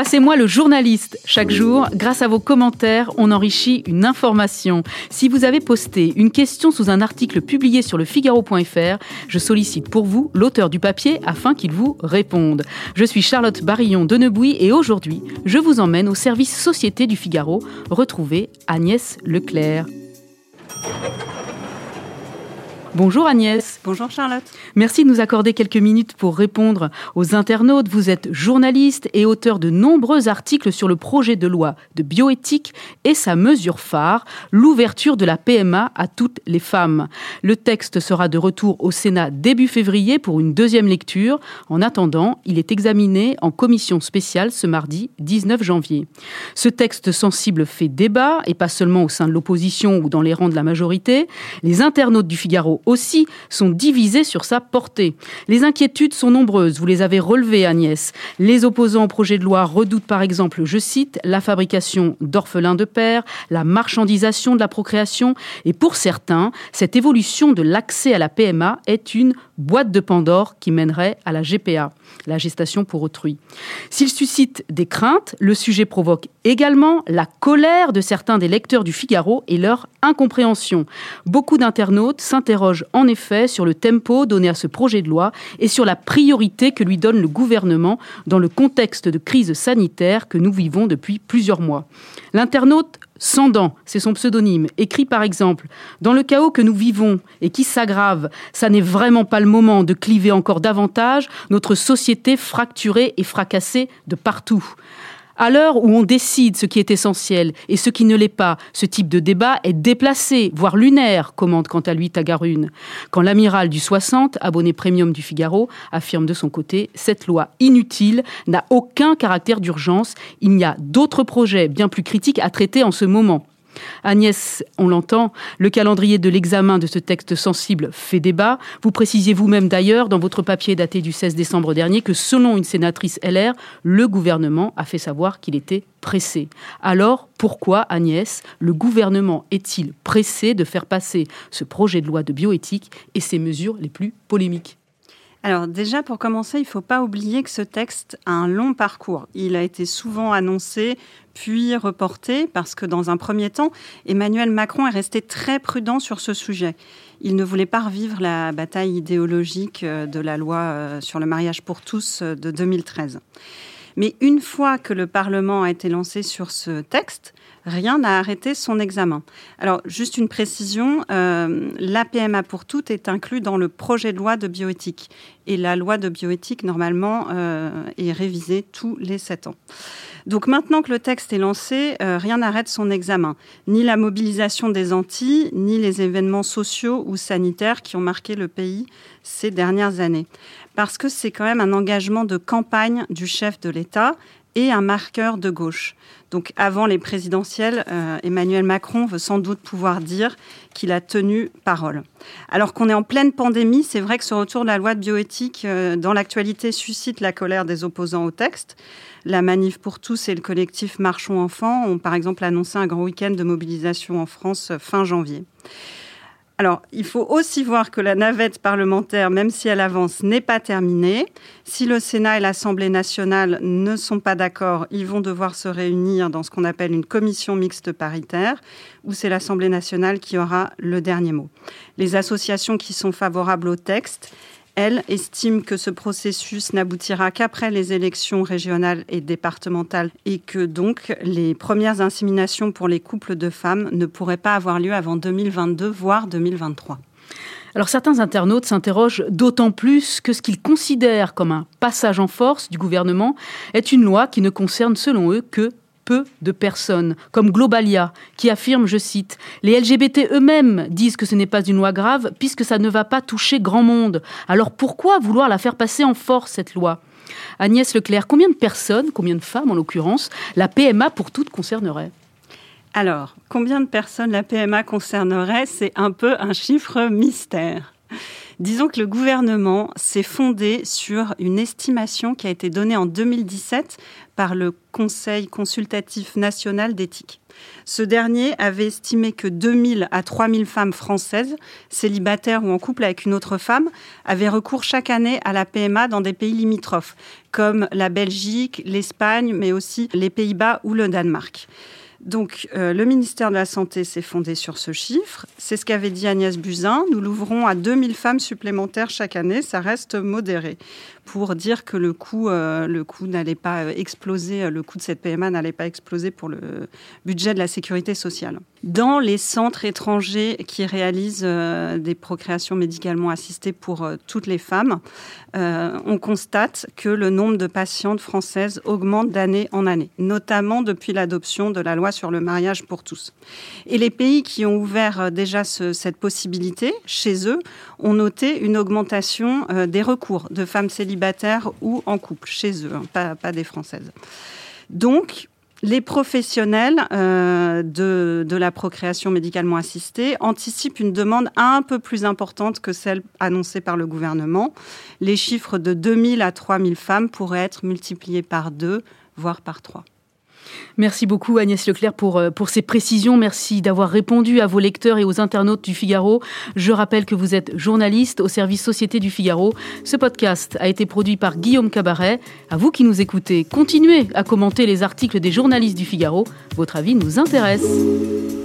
Passez-moi le journaliste. Chaque jour, grâce à vos commentaires, on enrichit une information. Si vous avez posté une question sous un article publié sur lefigaro.fr, je sollicite pour vous l'auteur du papier afin qu'il vous réponde. Je suis Charlotte Barillon de Neubouy et aujourd'hui, je vous emmène au service Société du Figaro. Retrouvez Agnès Leclerc. Bonjour Agnès. Bonjour Charlotte. Merci de nous accorder quelques minutes pour répondre aux internautes. Vous êtes journaliste et auteur de nombreux articles sur le projet de loi de bioéthique et sa mesure phare, l'ouverture de la PMA à toutes les femmes. Le texte sera de retour au Sénat début février pour une deuxième lecture. En attendant, il est examiné en commission spéciale ce mardi 19 janvier. Ce texte sensible fait débat et pas seulement au sein de l'opposition ou dans les rangs de la majorité. Les internautes du Figaro aussi sont divisés sur sa portée. Les inquiétudes sont nombreuses, vous les avez relevées Agnès. Les opposants au projet de loi redoutent par exemple, je cite, la fabrication d'orphelins de père, la marchandisation de la procréation et pour certains, cette évolution de l'accès à la PMA est une boîte de Pandore qui mènerait à la GPA, la gestation pour autrui. S'il suscite des craintes, le sujet provoque également la colère de certains des lecteurs du Figaro et leur incompréhension. Beaucoup d'internautes s'interrogent en effet sur le tempo donné à ce projet de loi et sur la priorité que lui donne le gouvernement dans le contexte de crise sanitaire que nous vivons depuis plusieurs mois. L'internaute Sandan, c'est son pseudonyme, écrit par exemple « Dans le chaos que nous vivons et qui s'aggrave, ça n'est vraiment pas le moment de cliver encore davantage notre société fracturée et fracassée de partout. » À l'heure où on décide ce qui est essentiel et ce qui ne l'est pas, ce type de débat est déplacé, voire lunaire, commente quant à lui Tagarune. Quand l'amiral du 60, abonné premium du Figaro, affirme de son côté « Cette loi inutile n'a aucun caractère d'urgence. Il y a d'autres projets bien plus critiques à traiter en ce moment. » Agnès, on l'entend, le calendrier de l'examen de ce texte sensible fait débat. Vous précisiez vous-même d'ailleurs dans votre papier daté du 16 décembre dernier que selon une sénatrice LR, le gouvernement a fait savoir qu'il était pressé. Alors, pourquoi, Agnès, le gouvernement est-il pressé de faire passer ce projet de loi de bioéthique et ses mesures les plus polémiques ? Alors déjà, pour commencer, il ne faut pas oublier que ce texte a un long parcours. Il a été souvent annoncé, puis reporté, parce que dans un premier temps, Emmanuel Macron est resté très prudent sur ce sujet. Il ne voulait pas revivre la bataille idéologique de la loi sur le mariage pour tous de 2013. Mais une fois que le Parlement a été lancé sur ce texte, rien n'a arrêté son examen. Alors, juste une précision, la PMA pour toutes est inclue dans le projet de loi de bioéthique. Et la loi de bioéthique, normalement, est révisée tous les 7 ans. Donc maintenant que le texte est lancé, rien n'arrête son examen. Ni la mobilisation des Antilles, ni les événements sociaux ou sanitaires qui ont marqué le pays ces dernières années. Parce que c'est quand même un engagement de campagne du chef de l'État et un marqueur de gauche. Donc avant les présidentielles, Emmanuel Macron veut sans doute pouvoir dire qu'il a tenu parole. Alors qu'on est en pleine pandémie, c'est vrai que ce retour de la loi de bioéthique dans l'actualité suscite la colère des opposants au texte. La Manif pour tous et le collectif Marchons Enfants ont par exemple annoncé un grand week-end de mobilisation en France fin janvier. Alors, il faut aussi voir que la navette parlementaire, même si elle avance, n'est pas terminée. Si le Sénat et l'Assemblée nationale ne sont pas d'accord, ils vont devoir se réunir dans ce qu'on appelle une commission mixte paritaire, où c'est l'Assemblée nationale qui aura le dernier mot. Les associations qui sont favorables au texte, elles estiment que ce processus n'aboutira qu'après les élections régionales et départementales et que donc les premières inséminations pour les couples de femmes ne pourraient pas avoir lieu avant 2022, voire 2023. Alors certains internautes s'interrogent d'autant plus que ce qu'ils considèrent comme un passage en force du gouvernement est une loi qui ne concerne selon eux que peu de personnes, comme Globalia, qui affirme, je cite, « Les LGBT eux-mêmes disent que ce n'est pas une loi grave puisque ça ne va pas toucher grand monde. Alors pourquoi vouloir la faire passer en force, cette loi ?» Agnès Leclerc, combien de personnes, combien de femmes en l'occurrence, la PMA pour toutes concernerait ? Alors, combien de personnes la PMA concernerait ? C'est un peu un chiffre mystère. Disons que le gouvernement s'est fondé sur une estimation qui a été donnée en 2017 par le Conseil consultatif national d'éthique. Ce dernier avait estimé que 2000 à 3000 femmes françaises, célibataires ou en couple avec une autre femme, avaient recours chaque année à la PMA dans des pays limitrophes, comme la Belgique, l'Espagne, mais aussi les Pays-Bas ou le Danemark. Donc, le ministère de la Santé s'est fondé sur ce chiffre. C'est ce qu'avait dit Agnès Buzyn. Nous l'ouvrons à 2000 femmes supplémentaires chaque année. Ça reste modéré. Pour dire que le coût n'allait pas exploser, le coût de cette PMA n'allait pas exploser pour le budget de la sécurité sociale. Dans les centres étrangers qui réalisent des procréations médicalement assistées pour toutes les femmes, on constate que le nombre de patientes françaises augmente d'année en année, notamment depuis l'adoption de la loi sur le mariage pour tous. Et les pays qui ont ouvert déjà cette possibilité, chez eux, ont noté une augmentation des recours de femmes célibataires ou en couple, chez eux, pas des Françaises. Donc, les professionnels de la procréation médicalement assistée anticipent une demande un peu plus importante que celle annoncée par le gouvernement. Les chiffres de 2000 à 3000 femmes pourraient être multipliés par 2, voire par 3. Merci beaucoup Agnès Leclerc pour ces précisions. Merci d'avoir répondu à vos lecteurs et aux internautes du Figaro. Je rappelle que vous êtes journaliste au service Société du Figaro. Ce podcast a été produit par Guillaume Cabaret. À vous qui nous écoutez, continuez à commenter les articles des journalistes du Figaro. Votre avis nous intéresse.